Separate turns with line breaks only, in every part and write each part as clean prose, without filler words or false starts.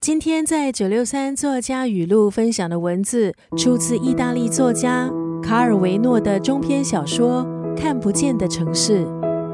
今天在963作家语录分享的文字出自意大利作家卡尔维诺的中篇小说《看不见的城市》。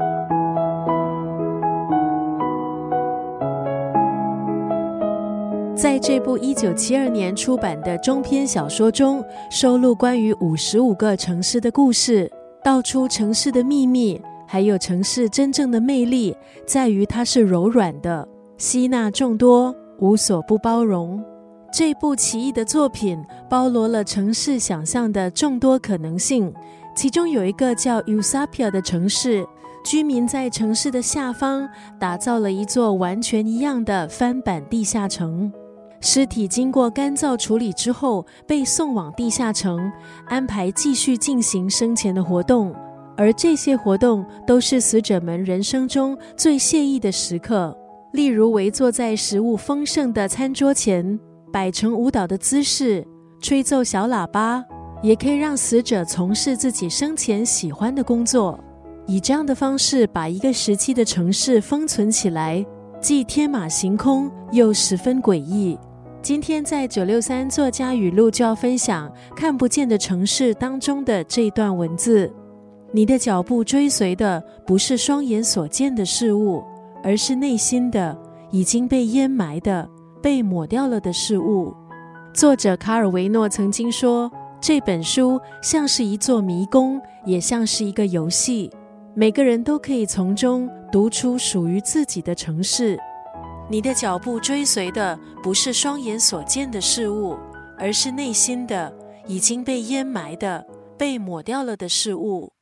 在这部1972年出版的中篇小说中，收录关于55个城市的故事，道出城市的秘密，还有城市真正的魅力在于它是柔软的，吸纳众多，无所不包容。这部奇异的作品包罗了城市想象的众多可能性，其中有一个叫 Usapia 的城市，居民在城市的下方打造了一座完全一样的翻版地下城。尸体经过干燥处理之后被送往地下城，安排继续进行生前的活动，而这些活动都是死者们人生中最惬意的时刻，例如围坐在食物丰盛的餐桌前，摆成舞蹈的姿势，吹奏小喇叭，也可以让死者从事自己生前喜欢的工作。以这样的方式把一个时期的城市封存起来，既天马行空又十分诡异。今天在963作家语录就要分享《看不见的城市》当中的这一段文字：你的脚步追随的不是双眼所见的事物，而是内心的已经被淹埋的被抹掉了的事物。作者卡尔维诺曾经说，这本书像是一座迷宫，也像是一个游戏，每个人都可以从中读出属于自己的城市。你的脚步追随的不是双眼所见的事物，而是内心的已经被淹埋的被抹掉了的事物。